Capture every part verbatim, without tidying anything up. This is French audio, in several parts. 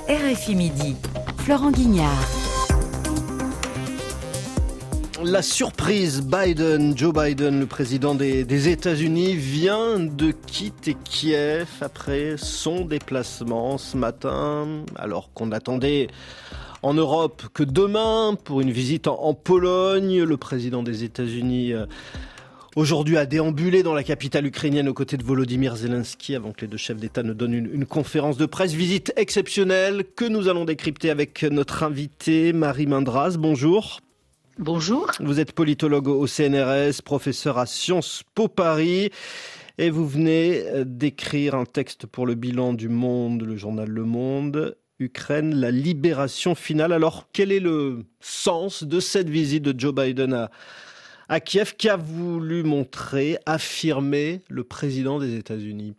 R F I Midi, Florent Guignard. La surprise, Biden, Joe Biden, le président des, des États-Unis, vient de quitter Kiev après son déplacement ce matin, alors qu'on attendait en Europe que demain pour une visite en, en Pologne. Le président des États-Unis euh, aujourd'hui a déambulé dans la capitale ukrainienne aux côtés de Volodymyr Zelensky avant que les deux chefs d'État ne donnent une, une conférence de presse. Visite exceptionnelle que nous allons décrypter avec notre invitée Marie Mindras. Bonjour. Bonjour. Vous êtes politologue au C N R S, professeur à Sciences Po Paris et vous venez d'écrire un texte pour le bilan du Monde, le journal Le Monde. Ukraine, la libération finale. Alors, quel est le sens de cette visite de Joe Biden à, à Kiev? Qu'a voulu montrer, affirmer le président des États-Unis?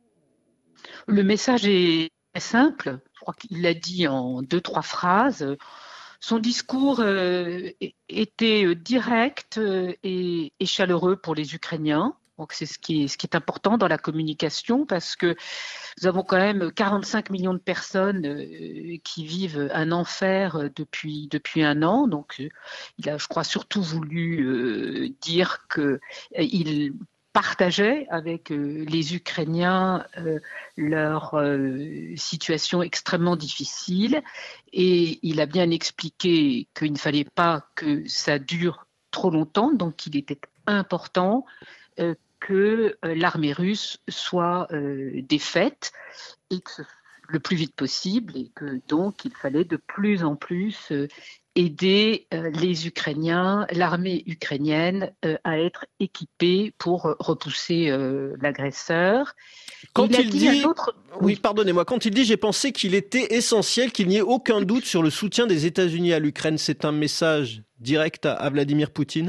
Le message est simple. Je crois qu'il l'a dit en deux, trois phrases. Son discours euh, était direct et, et chaleureux pour les Ukrainiens. Donc c'est ce qui est, ce qui est important dans la communication parce que nous avons quand même quarante-cinq millions de personnes euh, qui vivent un enfer depuis, depuis un an. Donc euh, il a, je crois, surtout voulu euh, dire qu'il partageait avec euh, les Ukrainiens euh, leur euh, situation extrêmement difficile et il a bien expliqué qu'il ne fallait pas que ça dure trop longtemps, donc il était important euh, que euh, l'armée russe soit euh, défaite et que ce, le plus vite possible et que donc il fallait de plus en plus euh, aider euh, les Ukrainiens, l'armée ukrainienne euh, à être équipée pour euh, repousser euh, l'agresseur. Quand il, il dit, dit autre... oui, oui, pardonnez-moi, quand il dit j'ai pensé qu'il était essentiel qu'il n'y ait aucun doute sur le soutien des États-Unis à l'Ukraine, c'est un message direct à, à Vladimir Poutine?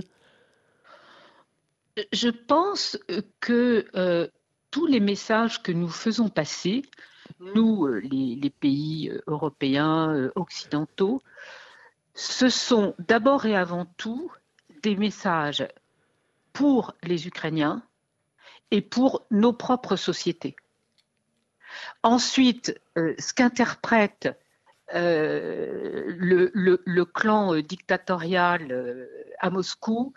Je pense que euh, tous les messages que nous faisons passer, nous, les, les pays européens, euh, occidentaux, ce sont d'abord et avant tout des messages pour les Ukrainiens et pour nos propres sociétés. Ensuite, euh, ce qu'interprète euh, le, le, le clan euh, dictatorial euh, à Moscou,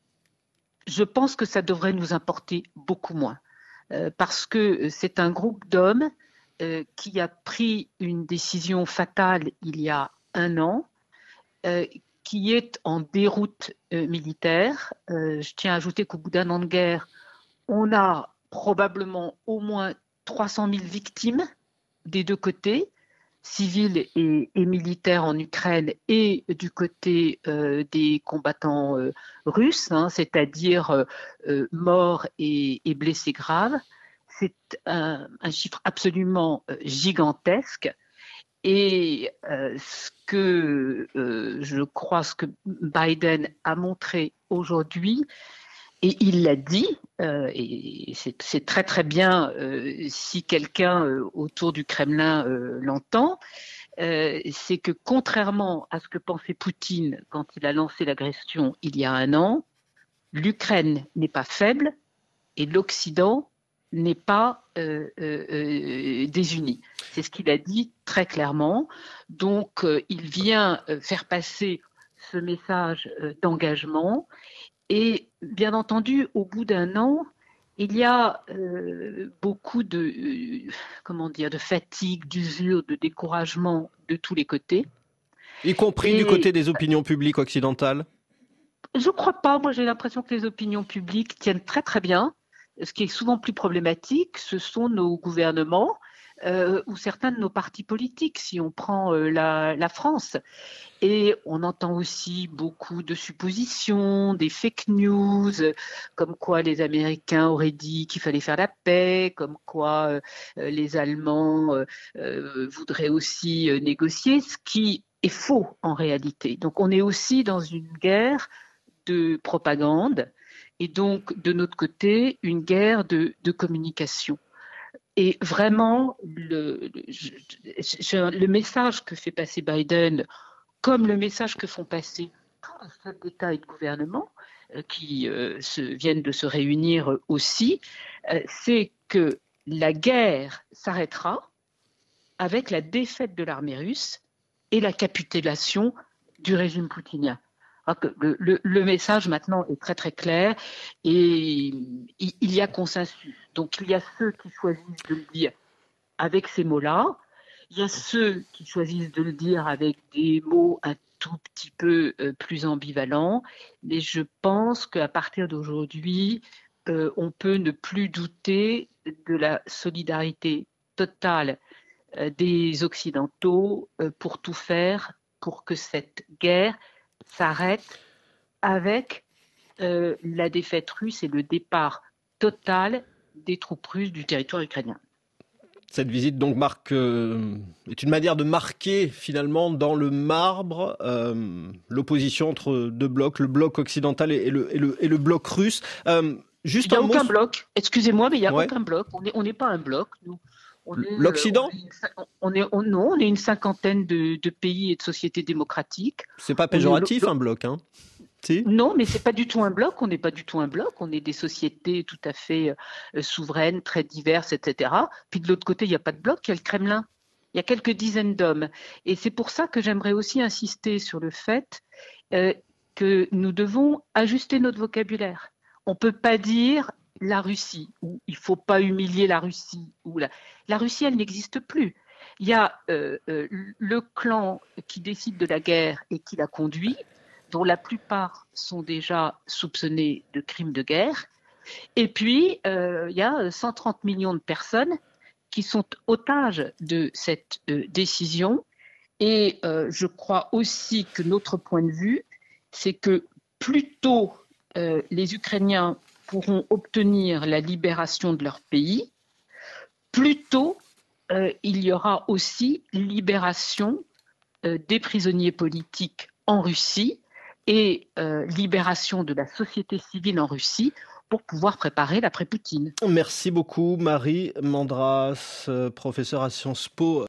je pense que ça devrait nous importer beaucoup moins, euh, parce que c'est un groupe d'hommes euh, qui a pris une décision fatale il y a un an, euh, qui est en déroute euh, militaire. Euh, je tiens à ajouter qu'au bout d'un an de guerre, on a probablement au moins trois cent mille victimes des deux côtés, civils et, et militaires en Ukraine et du côté euh, des combattants euh, russes, hein, c'est-à-dire euh, euh, morts et, et blessés graves. C'est un, un chiffre absolument euh, gigantesque. Et euh, ce que euh, je crois, ce que Biden a montré aujourd'hui, et il l'a dit, euh, et c'est, c'est très très bien euh, si quelqu'un euh, autour du Kremlin euh, l'entend, euh, c'est que contrairement à ce que pensait Poutine quand il a lancé l'agression il y a un an, l'Ukraine n'est pas faible et l'Occident n'est pas euh, euh, désuni. C'est ce qu'il a dit très clairement. Donc euh, il vient euh, faire passer ce message euh, d'engagement. Et bien entendu, au bout d'un an, il y a euh, beaucoup de, euh, comment dire, de fatigue, d'usure, de découragement de tous les côtés. Y compris Et du côté des opinions publiques occidentales? Je ne crois pas. Moi, j'ai l'impression que les opinions publiques tiennent très très bien. Ce qui est souvent plus problématique, ce sont nos gouvernements euh, ou certains de nos partis politiques, si on prend euh, la, la France. Et on entend aussi beaucoup de suppositions, des fake news, comme quoi les Américains auraient dit qu'il fallait faire la paix, comme quoi euh, les Allemands euh, euh, voudraient aussi euh, négocier, ce qui est faux en réalité. Donc on est aussi dans une guerre de propagande et donc de notre côté une guerre de, de communication. Et vraiment, le, le, je, je, le message que fait passer Biden, comme le message que font passer tous les chefs d'État et de gouvernement euh, qui euh, se, viennent de se réunir aussi, euh, c'est que la guerre s'arrêtera avec la défaite de l'armée russe et la capitulation du régime poutinien. Le, le, le message maintenant est très très clair et il, il y a consensus. Donc il y a ceux qui choisissent de le dire avec ces mots-là, il y a ceux qui choisissent de le dire avec des mots un tout petit peu euh, plus ambivalents, mais je pense qu'à partir d'aujourd'hui, euh, on peut ne plus douter de la solidarité totale euh, des Occidentaux euh, pour tout faire pour que cette guerre s'arrête avec euh, la défaite russe et le départ total des troupes russes du territoire ukrainien. Cette visite donc marque euh, est une manière de marquer finalement dans le marbre euh, l'opposition entre deux blocs, le bloc occidental et le, et le, et le bloc russe. Euh, juste il n'y a aucun mot... bloc, excusez-moi, mais il n'y a ouais. aucun bloc. On n'est on n'est pas un bloc, nous. On est, L'Occident euh, on est, on est, on, Non, on est une cinquantaine de, de pays et de sociétés démocratiques. C'est pas péjoratif, est, un bloc, hein si. Non, mais c'est pas du tout un bloc. On n'est pas du tout un bloc. On est des sociétés tout à fait euh, souveraines, très diverses, et cetera. Puis de l'autre côté, il n'y a pas de bloc. Il y a le Kremlin. Il y a quelques dizaines d'hommes. Et c'est pour ça que j'aimerais aussi insister sur le fait euh, que nous devons ajuster notre vocabulaire. On ne peut pas dire la Russie, ou il ne faut pas humilier la Russie. Ou la... la Russie, elle n'existe plus. Il y a euh, euh, le clan qui décide de la guerre et qui la conduit, dont la plupart sont déjà soupçonnés de crimes de guerre. Et puis, euh, il y a cent trente millions de personnes qui sont otages de cette euh, décision. Et euh, je crois aussi que notre point de vue, c'est que plus tôt euh, les Ukrainiens pourront obtenir la libération de leur pays, plus tôt euh, il y aura aussi libération euh, des prisonniers politiques en Russie et euh, libération de la société civile en Russie pour pouvoir préparer l'après-Poutine. Merci beaucoup Marie Mandras, professeure à Sciences Po.